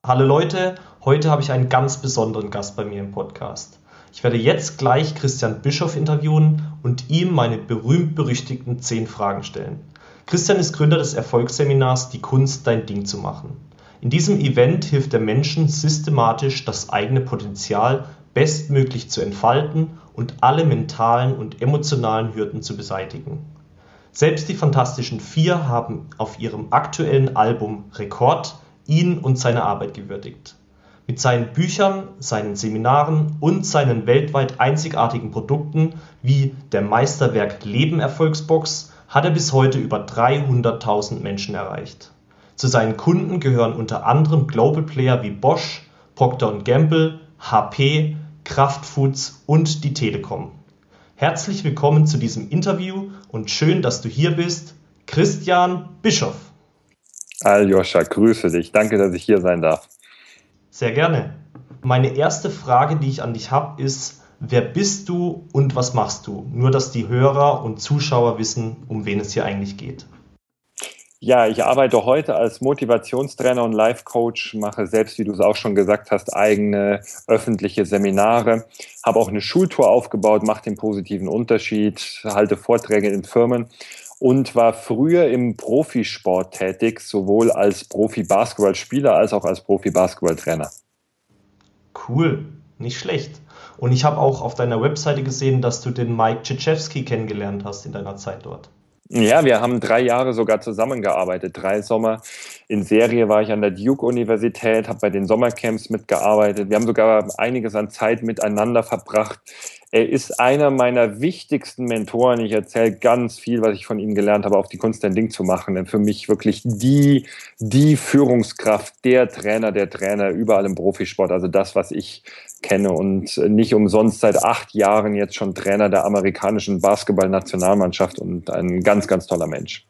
Hallo Leute, heute habe ich einen ganz besonderen Gast bei mir im Podcast. Ich werde jetzt gleich Christian Bischoff interviewen und ihm meine berühmt-berüchtigten 10 Fragen stellen. Christian ist Gründer des Erfolgsseminars Die Kunst, dein Ding zu machen. In diesem Event hilft er Menschen systematisch, das eigene Potenzial bestmöglich zu entfalten und alle mentalen und emotionalen Hürden zu beseitigen. Selbst die Fantastischen Vier haben auf ihrem aktuellen Album Rekord ihn und seine Arbeit gewürdigt. Mit seinen Büchern, seinen Seminaren und seinen weltweit einzigartigen Produkten wie der Meisterwerk Leben Erfolgsbox hat er bis heute über 300.000 Menschen erreicht. Zu seinen Kunden gehören unter anderem Global Player wie Bosch, Procter & Gamble, HP, Kraft Foods und die Telekom. Herzlich willkommen zu diesem Interview und schön, dass du hier bist, Christian Bischoff. Aljoscha, grüße dich. Danke, dass ich hier sein darf. Sehr gerne. Meine erste Frage, die ich an dich habe, ist, wer bist du und was machst du? Nur, dass die Hörer und Zuschauer wissen, um wen es hier eigentlich geht. Ja, ich arbeite heute als Motivationstrainer und Life-Coach, mache selbst, wie du es auch schon gesagt hast, eigene öffentliche Seminare, habe auch eine Schultour aufgebaut, mache den positiven Unterschied, halte Vorträge in Firmen und war früher im Profisport tätig, sowohl als Profi-Basketballspieler als auch als Profi-Basketballtrainer. Cool, nicht schlecht. Und ich habe auch auf deiner Webseite gesehen, dass du den Mike Krzyzewski kennengelernt hast in deiner Zeit dort. Ja, wir haben 3 Jahre sogar zusammengearbeitet. 3 Sommer in Serie war ich an der Duke-Universität, habe bei den Sommercamps mitgearbeitet. Wir haben sogar einiges an Zeit miteinander verbracht. Er ist einer meiner wichtigsten Mentoren. Ich erzähle ganz viel, was ich von ihm gelernt habe, auf die Kunst ein Ding zu machen. Denn für mich wirklich die Führungskraft, der Trainer überall im Profisport. Also das, was ich kenne und nicht umsonst seit 8 Jahren jetzt schon Trainer der amerikanischen Basketball-Nationalmannschaft und ein ganz, ganz toller Mensch.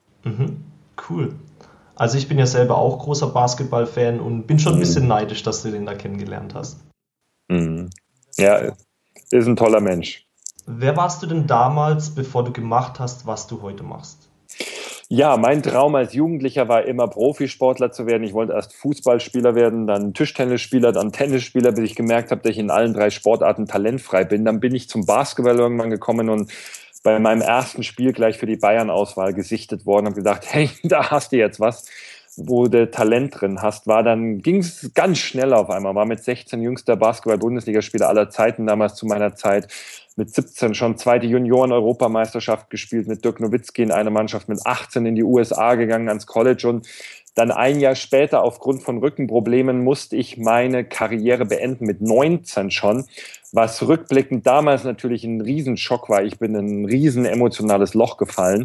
Cool. Also ich bin ja selber auch großer Basketball-Fan und bin schon ein bisschen neidisch, dass du den da kennengelernt hast. Mhm. Ja, ist ein toller Mensch. Wer warst du denn damals, bevor du gemacht hast, was du heute machst? Ja, mein Traum als Jugendlicher war immer Profisportler zu werden. Ich wollte erst Fußballspieler werden, dann Tischtennisspieler, dann Tennisspieler, bis ich gemerkt habe, dass ich in allen 3 Sportarten talentfrei bin. Dann bin ich zum Basketball irgendwann gekommen und bei meinem ersten Spiel gleich für die Bayern-Auswahl gesichtet worden und gedacht, hey, da hast du jetzt was, wo du Talent drin hast. Ging es ganz schnell auf einmal, war mit 16 jüngster Basketball-Bundesligaspieler aller Zeiten, damals zu meiner Zeit, mit 17 schon zweite Junioren-Europameisterschaft gespielt, mit Dirk Nowitzki in einer Mannschaft, mit 18 in die USA gegangen ans College und dann 1 Jahr später aufgrund von Rückenproblemen musste ich meine Karriere beenden, mit 19 schon, was rückblickend damals natürlich ein Riesenschock war. Ich bin in ein riesen emotionales Loch gefallen.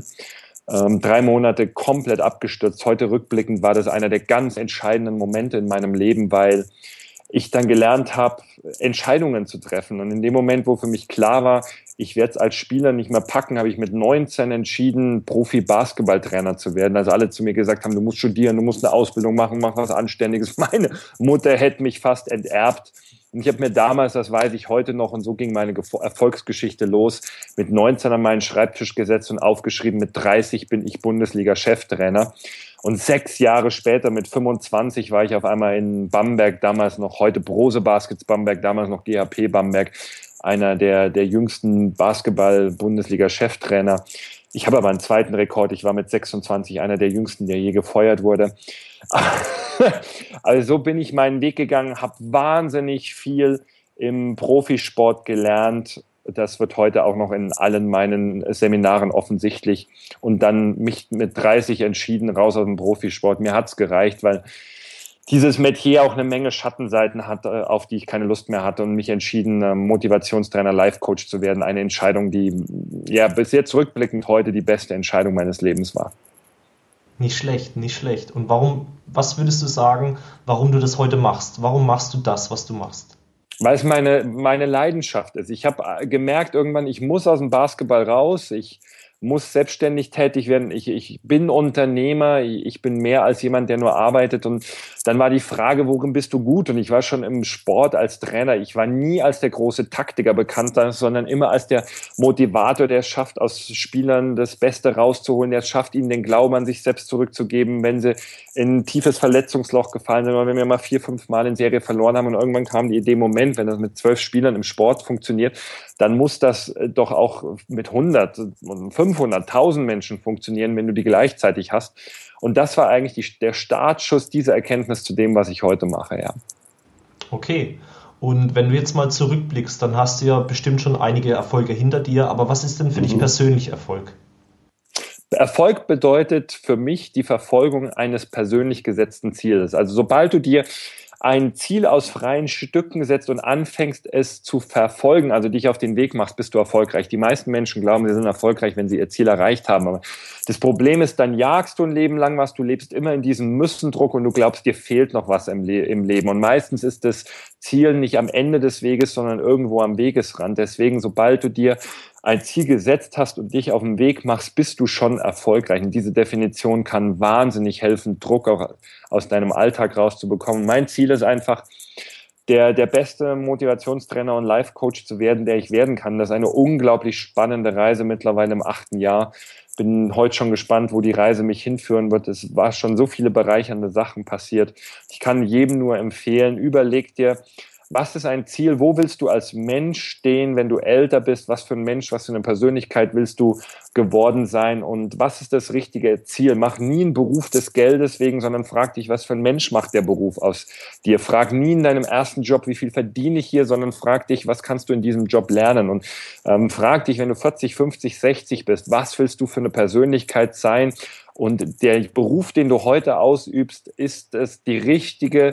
3 Monate komplett abgestürzt. Heute rückblickend war das einer der ganz entscheidenden Momente in meinem Leben, weil ich dann gelernt habe, Entscheidungen zu treffen. Und in dem Moment, wo für mich klar war, ich werde es als Spieler nicht mehr packen, habe ich mit 19 entschieden, Profi-Basketballtrainer zu werden. Also alle zu mir gesagt haben, du musst studieren, du musst eine Ausbildung machen, mach was Anständiges. Meine Mutter hätte mich fast enterbt. Und ich habe mir damals, das weiß ich heute noch, und so ging meine Erfolgsgeschichte los, mit 19 an meinen Schreibtisch gesetzt und aufgeschrieben, mit 30 bin ich Bundesliga-Cheftrainer. Und 6 Jahre später, mit 25, war ich auf einmal in Bamberg, damals noch, heute Brose Baskets Bamberg, damals noch GHP Bamberg, einer der jüngsten Basketball-Bundesliga-Cheftrainer. Ich habe aber einen zweiten Rekord, ich war mit 26 einer der jüngsten, der je gefeuert wurde. Also so bin ich meinen Weg gegangen, habe wahnsinnig viel im Profisport gelernt. Das wird heute auch noch in allen meinen Seminaren offensichtlich. Und dann mich mit 30 entschieden, raus aus dem Profisport. Mir hat's gereicht, weil dieses Metier auch eine Menge Schattenseiten hat, auf die ich keine Lust mehr hatte und mich entschieden, Motivationstrainer, Life-Coach zu werden. Eine Entscheidung, die ja bis jetzt rückblickend heute die beste Entscheidung meines Lebens war. Nicht schlecht, nicht schlecht. Und was würdest du sagen, warum du das heute machst? Warum machst du das, was du machst? Weil es meine Leidenschaft ist. Ich habe gemerkt irgendwann, ich muss aus dem Basketball raus. Ich muss selbstständig tätig werden. Ich bin Unternehmer, ich bin mehr als jemand, der nur arbeitet. Und dann war die Frage, worin bist du gut? Und ich war schon im Sport als Trainer. Ich war nie als der große Taktiker bekannt, sondern immer als der Motivator, der es schafft, aus Spielern das Beste rauszuholen, der es schafft, ihnen den Glauben an sich selbst zurückzugeben, wenn sie in ein tiefes Verletzungsloch gefallen sind oder wenn wir mal 4, 5 Mal in Serie verloren haben. Und irgendwann kam die Idee, Moment, wenn das mit 12 Spielern im Sport funktioniert, dann muss das doch auch mit 100, 500, 1000 Menschen funktionieren, wenn du die gleichzeitig hast. Und das war eigentlich der Startschuss dieser Erkenntnis zu dem, was ich heute mache, ja. Okay. Und wenn du jetzt mal zurückblickst, dann hast du ja bestimmt schon einige Erfolge hinter dir. Aber was ist denn für dich persönlich Erfolg? Erfolg bedeutet für mich die Verfolgung eines persönlich gesetzten Zieles. Also sobald du dir ein Ziel aus freien Stücken setzt und anfängst, es zu verfolgen, also dich auf den Weg machst, bist du erfolgreich. Die meisten Menschen glauben, sie sind erfolgreich, wenn sie ihr Ziel erreicht haben. Aber das Problem ist, dann jagst du ein Leben lang was, du lebst immer in diesem Müssendruck und du glaubst, dir fehlt noch was im Leben. Und meistens ist das Ziel nicht am Ende des Weges, sondern irgendwo am Wegesrand. Deswegen, sobald du dir ein Ziel gesetzt hast und dich auf den Weg machst, bist du schon erfolgreich. Und diese Definition kann wahnsinnig helfen, Druck auch aus deinem Alltag rauszubekommen. Mein Ziel ist einfach, der beste Motivationstrainer und Life-Coach zu werden, der ich werden kann. Das ist eine unglaublich spannende Reise mittlerweile im 8. Jahr. Bin heute schon gespannt, wo die Reise mich hinführen wird. Es war schon so viele bereichernde Sachen passiert. Ich kann jedem nur empfehlen, überleg dir, was ist ein Ziel? Wo willst du als Mensch stehen, wenn du älter bist? Was für ein Mensch, was für eine Persönlichkeit willst du geworden sein? Und was ist das richtige Ziel? Mach nie einen Beruf des Geldes wegen, sondern frag dich, was für ein Mensch macht der Beruf aus dir? Frag nie in deinem ersten Job, wie viel verdiene ich hier, sondern frag dich, was kannst du in diesem Job lernen? Und frag dich, wenn du 40, 50, 60 bist, was willst du für eine Persönlichkeit sein? Und der Beruf, den du heute ausübst, ist es der richtige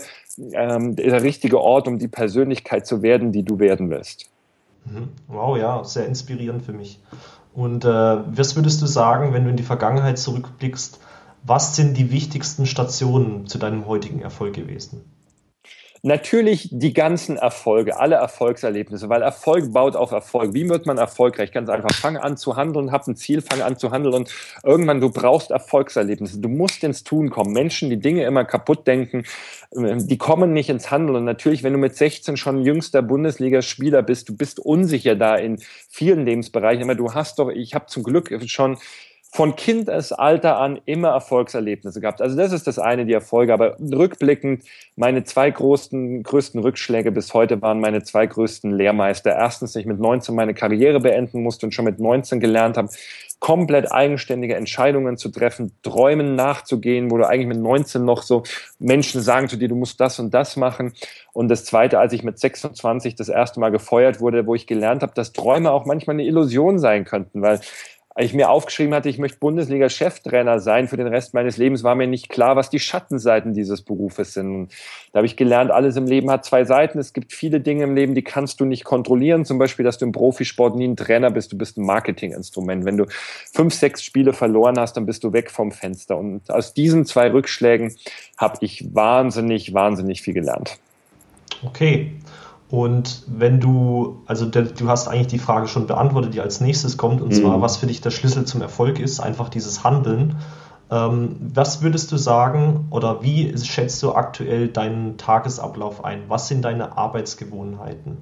Ort, um die Persönlichkeit zu werden, die du werden willst. Wow, ja, sehr inspirierend für mich. Und was würdest du sagen, wenn du in die Vergangenheit zurückblickst, was sind die wichtigsten Stationen zu deinem heutigen Erfolg gewesen? Natürlich die ganzen Erfolge, alle Erfolgserlebnisse, weil Erfolg baut auf Erfolg. Wie wird man erfolgreich? Ganz einfach, fang an zu handeln, hab ein Ziel, fang an zu handeln und irgendwann, du brauchst Erfolgserlebnisse. Du musst ins Tun kommen. Menschen, die Dinge immer kaputt denken, die kommen nicht ins Handeln. Und natürlich, wenn du mit 16 schon jüngster Bundesligaspieler bist, du bist unsicher da in vielen Lebensbereichen, aber ich habe zum Glück schon von Kindesalter an immer Erfolgserlebnisse gehabt. Also das ist das eine, die Erfolge. Aber rückblickend, meine 2 größten Rückschläge bis heute waren meine 2 größten Lehrmeister. Erstens, dass ich mit 19 meine Karriere beenden musste und schon mit 19 gelernt habe, komplett eigenständige Entscheidungen zu treffen, Träumen nachzugehen, wo du eigentlich mit 19 noch so Menschen sagen zu dir, du musst das und das machen. Und das Zweite, als ich mit 26 das erste Mal gefeuert wurde, wo ich gelernt habe, dass Träume auch manchmal eine Illusion sein könnten, weil ich mir aufgeschrieben hatte, ich möchte Bundesliga-Cheftrainer sein für den Rest meines Lebens, war mir nicht klar, was die Schattenseiten dieses Berufes sind. Und da habe ich gelernt, alles im Leben hat 2 Seiten. Es gibt viele Dinge im Leben, die kannst du nicht kontrollieren. Zum Beispiel, dass du im Profisport nie ein Trainer bist, du bist ein Marketinginstrument. Wenn du 5, 6 Spiele verloren hast, dann bist du weg vom Fenster. Und aus diesen 2 Rückschlägen habe ich wahnsinnig viel gelernt. Okay. Und wenn du hast eigentlich die Frage schon beantwortet, die als nächstes kommt, und zwar, was für dich der Schlüssel zum Erfolg ist, einfach dieses Handeln. Was würdest du sagen oder wie schätzt du aktuell deinen Tagesablauf ein? Was sind deine Arbeitsgewohnheiten?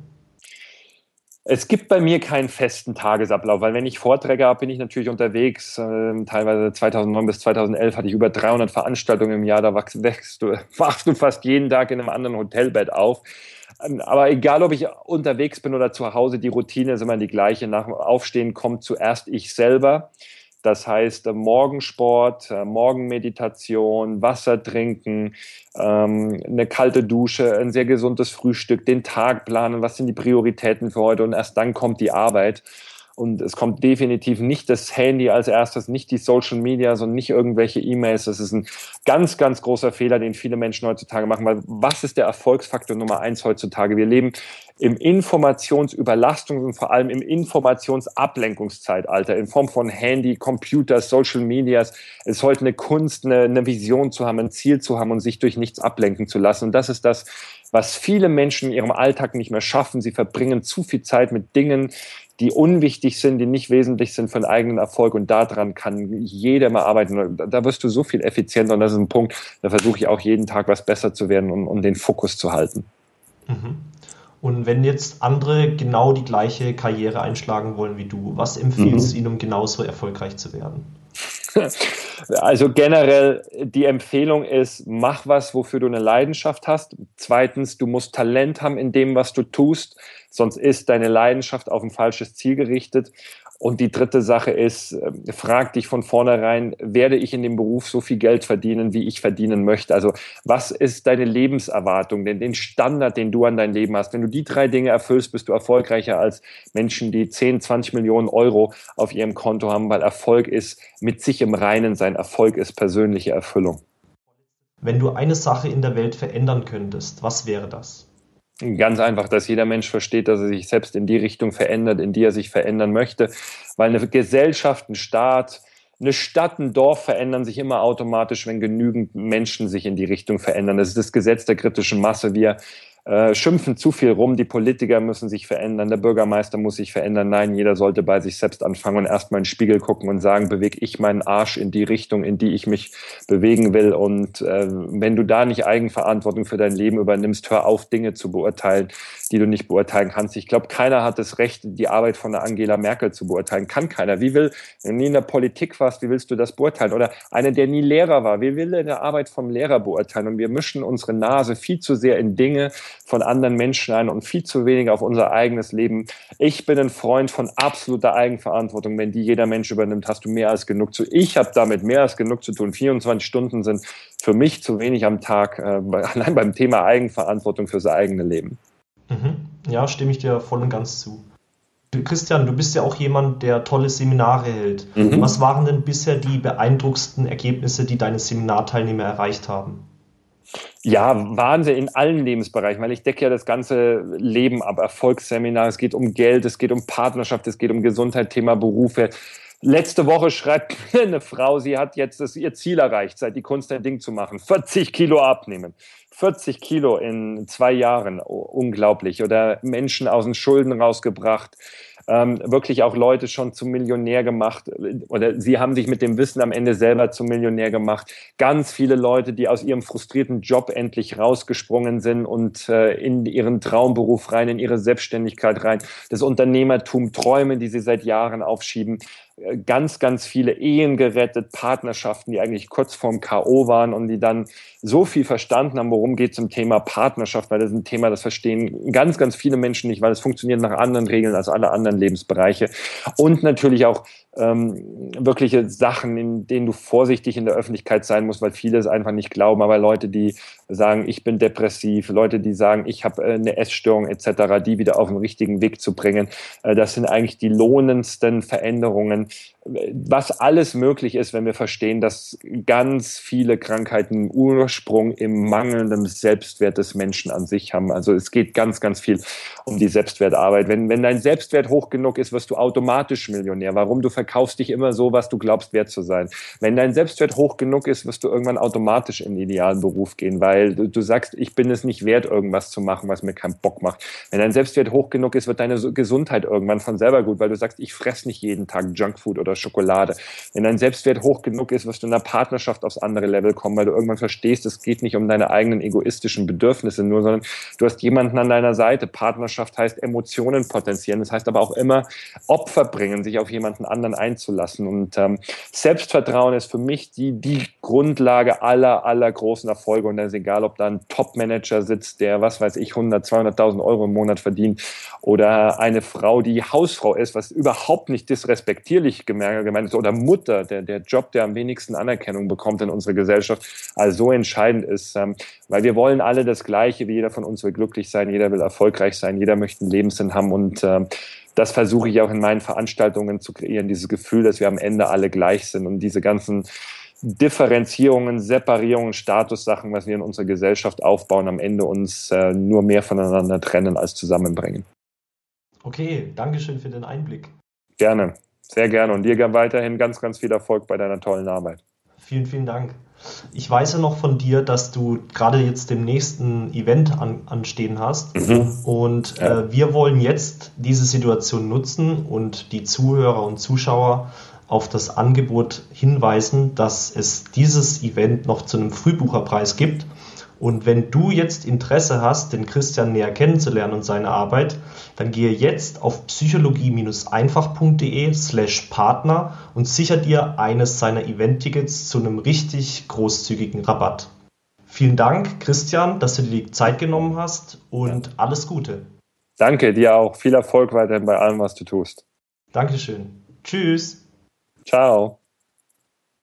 Es gibt bei mir keinen festen Tagesablauf, weil wenn ich Vorträge habe, bin ich natürlich unterwegs. Teilweise 2009 bis 2011 hatte ich über 300 Veranstaltungen im Jahr, da wachst du fast jeden Tag in einem anderen Hotelbett auf. Aber egal, ob ich unterwegs bin oder zu Hause, die Routine ist immer die gleiche. Nach dem Aufstehen kommt zuerst ich selber. Das heißt, Morgensport, Morgenmeditation, Wasser trinken, eine kalte Dusche, ein sehr gesundes Frühstück, den Tag planen, was sind die Prioritäten für heute und erst dann kommt die Arbeit. Und es kommt definitiv nicht das Handy als erstes, nicht die Social Media, sondern nicht irgendwelche E-Mails. Das ist ein ganz großer Fehler, den viele Menschen heutzutage machen. Weil was ist der Erfolgsfaktor Nummer 1 heutzutage? Wir leben im Informationsüberlastungs- und vor allem im Informationsablenkungszeitalter in Form von Handy, Computer, Social Medias. Es ist heute eine Kunst, eine Vision zu haben, ein Ziel zu haben und sich durch nichts ablenken zu lassen. Und das ist das, was viele Menschen in ihrem Alltag nicht mehr schaffen. Sie verbringen zu viel Zeit mit Dingen, die unwichtig sind, die nicht wesentlich sind für den eigenen Erfolg, und daran kann jeder mal arbeiten. Da wirst du so viel effizienter, und das ist ein Punkt, da versuche ich auch jeden Tag was besser zu werden, um den Fokus zu halten. Mhm. Und wenn jetzt andere genau die gleiche Karriere einschlagen wollen wie du, was empfiehlst du ihnen, um genauso erfolgreich zu werden? Also generell die Empfehlung ist, mach was, wofür du eine Leidenschaft hast. Zweitens, du musst Talent haben in dem, was du tust, sonst ist deine Leidenschaft auf ein falsches Ziel gerichtet. Und die dritte Sache ist, frag dich von vornherein, werde ich in dem Beruf so viel Geld verdienen, wie ich verdienen möchte? Also was ist deine Lebenserwartung, denn den Standard, den du an dein Leben hast? Wenn du die 3 Dinge erfüllst, bist du erfolgreicher als Menschen, die 10, 20 Millionen Euro auf ihrem Konto haben, weil Erfolg ist mit sich im Reinen sein. Erfolg ist persönliche Erfüllung. Wenn du eine Sache in der Welt verändern könntest, was wäre das? Ganz einfach, dass jeder Mensch versteht, dass er sich selbst in die Richtung verändert, in die er sich verändern möchte. Weil eine Gesellschaft, ein Staat, eine Stadt, ein Dorf verändern sich immer automatisch, wenn genügend Menschen sich in die Richtung verändern. Das ist das Gesetz der kritischen Masse. Wir schimpfen zu viel rum, die Politiker müssen sich verändern, der Bürgermeister muss sich verändern. Nein, jeder sollte bei sich selbst anfangen und erstmal in den Spiegel gucken und sagen, bewege ich meinen Arsch in die Richtung, in die ich mich bewegen will. Und wenn du da nicht Eigenverantwortung für dein Leben übernimmst, hör auf, Dinge zu beurteilen, die du nicht beurteilen kannst. Ich glaube, keiner hat das Recht, die Arbeit von der Angela Merkel zu beurteilen. Kann keiner. Wenn du nie in der Politik warst, wie willst du das beurteilen? Oder einer, der nie Lehrer war, wie will eine Arbeit vom Lehrer beurteilen? Und wir mischen unsere Nase viel zu sehr in Dinge von anderen Menschen ein und viel zu wenig auf unser eigenes Leben. Ich bin ein Freund von absoluter Eigenverantwortung. Wenn die jeder Mensch übernimmt, hast du mehr als genug zu. Ich habe damit mehr als genug zu tun. 24 Stunden sind für mich zu wenig am Tag, allein beim Thema Eigenverantwortung fürs eigene Leben. Ja, stimme ich dir voll und ganz zu. Christian, du bist ja auch jemand, der tolle Seminare hält. Was waren denn bisher die beeindruckendsten Ergebnisse, die deine Seminarteilnehmer erreicht haben? Ja, Wahnsinn in allen Lebensbereichen, weil ich decke ja das ganze Leben ab. Erfolgsseminare, es geht um Geld, es geht um Partnerschaft, es geht um Gesundheit, Thema Berufe. Letzte Woche schreibt mir eine Frau, sie hat jetzt ihr Ziel erreicht, seit die Kunst ein Ding zu machen. 40 Kilo abnehmen. 40 Kilo in 2 Jahren, unglaublich. Oder Menschen aus den Schulden rausgebracht. Wirklich auch Leute schon zum Millionär gemacht, oder sie haben sich mit dem Wissen am Ende selber zum Millionär gemacht. Ganz viele Leute, die aus ihrem frustrierten Job endlich rausgesprungen sind und in ihren Traumberuf rein, in ihre Selbstständigkeit rein, das Unternehmertum, Träume, die sie seit Jahren aufschieben. Ganz, ganz viele Ehen gerettet, Partnerschaften, die eigentlich kurz vorm K.O. waren und die dann so viel verstanden haben, worum geht es im Thema Partnerschaft, weil das ist ein Thema, das verstehen ganz, ganz viele Menschen nicht, weil es funktioniert nach anderen Regeln als alle anderen Lebensbereiche. Und natürlich auch wirkliche Sachen, in denen du vorsichtig in der Öffentlichkeit sein musst, weil viele es einfach nicht glauben. Aber Leute, die sagen, ich bin depressiv, Leute, die sagen, ich habe eine Essstörung etc., die wieder auf den richtigen Weg zu bringen, das sind eigentlich die lohnendsten Veränderungen, was alles möglich ist, wenn wir verstehen, dass ganz viele Krankheiten Ursprung im mangelnden Selbstwert des Menschen an sich haben. Also es geht ganz, ganz viel um die Selbstwertarbeit. Wenn dein Selbstwert hoch genug ist, wirst du automatisch Millionär. Warum? Du verkaufst dich immer so, was du glaubst, wert zu sein. Wenn dein Selbstwert hoch genug ist, wirst du irgendwann automatisch in den idealen Beruf gehen, weil du sagst, ich bin es nicht wert, irgendwas zu machen, was mir keinen Bock macht. Wenn dein Selbstwert hoch genug ist, wird deine Gesundheit irgendwann von selber gut, weil du sagst, ich fresse nicht jeden Tag Junkfood oder Schokolade. Wenn dein Selbstwert hoch genug ist, wirst du in der Partnerschaft aufs andere Level kommen, weil du irgendwann verstehst, es geht nicht um deine eigenen egoistischen Bedürfnisse nur, sondern du hast jemanden an deiner Seite. Partnerschaft heißt Emotionen potenzieren. Das heißt aber auch immer Opfer bringen, sich auf jemanden anderen einzulassen. Und Selbstvertrauen ist für mich die Grundlage aller großen Erfolge. Und da ist egal, ob da ein Top-Manager sitzt, der, was weiß ich, 100.000, 200.000 Euro im Monat verdient, oder eine Frau, die Hausfrau ist, was überhaupt nicht disrespektierlich gemeint ist, oder Mutter, der Job, der am wenigsten Anerkennung bekommt in unserer Gesellschaft, also so entscheidend ist, weil wir wollen alle das Gleiche, wie jeder von uns will glücklich sein, jeder will erfolgreich sein, jeder möchte einen Lebenssinn haben, und das versuche ich auch in meinen Veranstaltungen zu kreieren, dieses Gefühl, dass wir am Ende alle gleich sind, und diese ganzen Differenzierungen, Separierungen, Statussachen, was wir in unserer Gesellschaft aufbauen, am Ende uns nur mehr voneinander trennen als zusammenbringen. Okay, Dankeschön für den Einblick. Gerne, sehr gerne, und dir weiterhin ganz, ganz viel Erfolg bei deiner tollen Arbeit. Vielen, vielen Dank. Ich weiß ja noch von dir, dass du gerade jetzt dem nächsten Event anstehen hast. Und wir wollen jetzt diese Situation nutzen und die Zuhörer und Zuschauer auf das Angebot hinweisen, dass es dieses Event noch zu einem Frühbucherpreis gibt. Und wenn du jetzt Interesse hast, den Christian näher kennenzulernen und seine Arbeit, dann gehe jetzt auf psychologie-einfach.de/Partner und sicher dir eines seiner Event-Tickets zu einem richtig großzügigen Rabatt. Vielen Dank, Christian, dass du dir die Zeit genommen hast und alles Gute. Danke, dir auch. Viel Erfolg weiterhin bei allem, was du tust. Dankeschön. Tschüss. Ciao.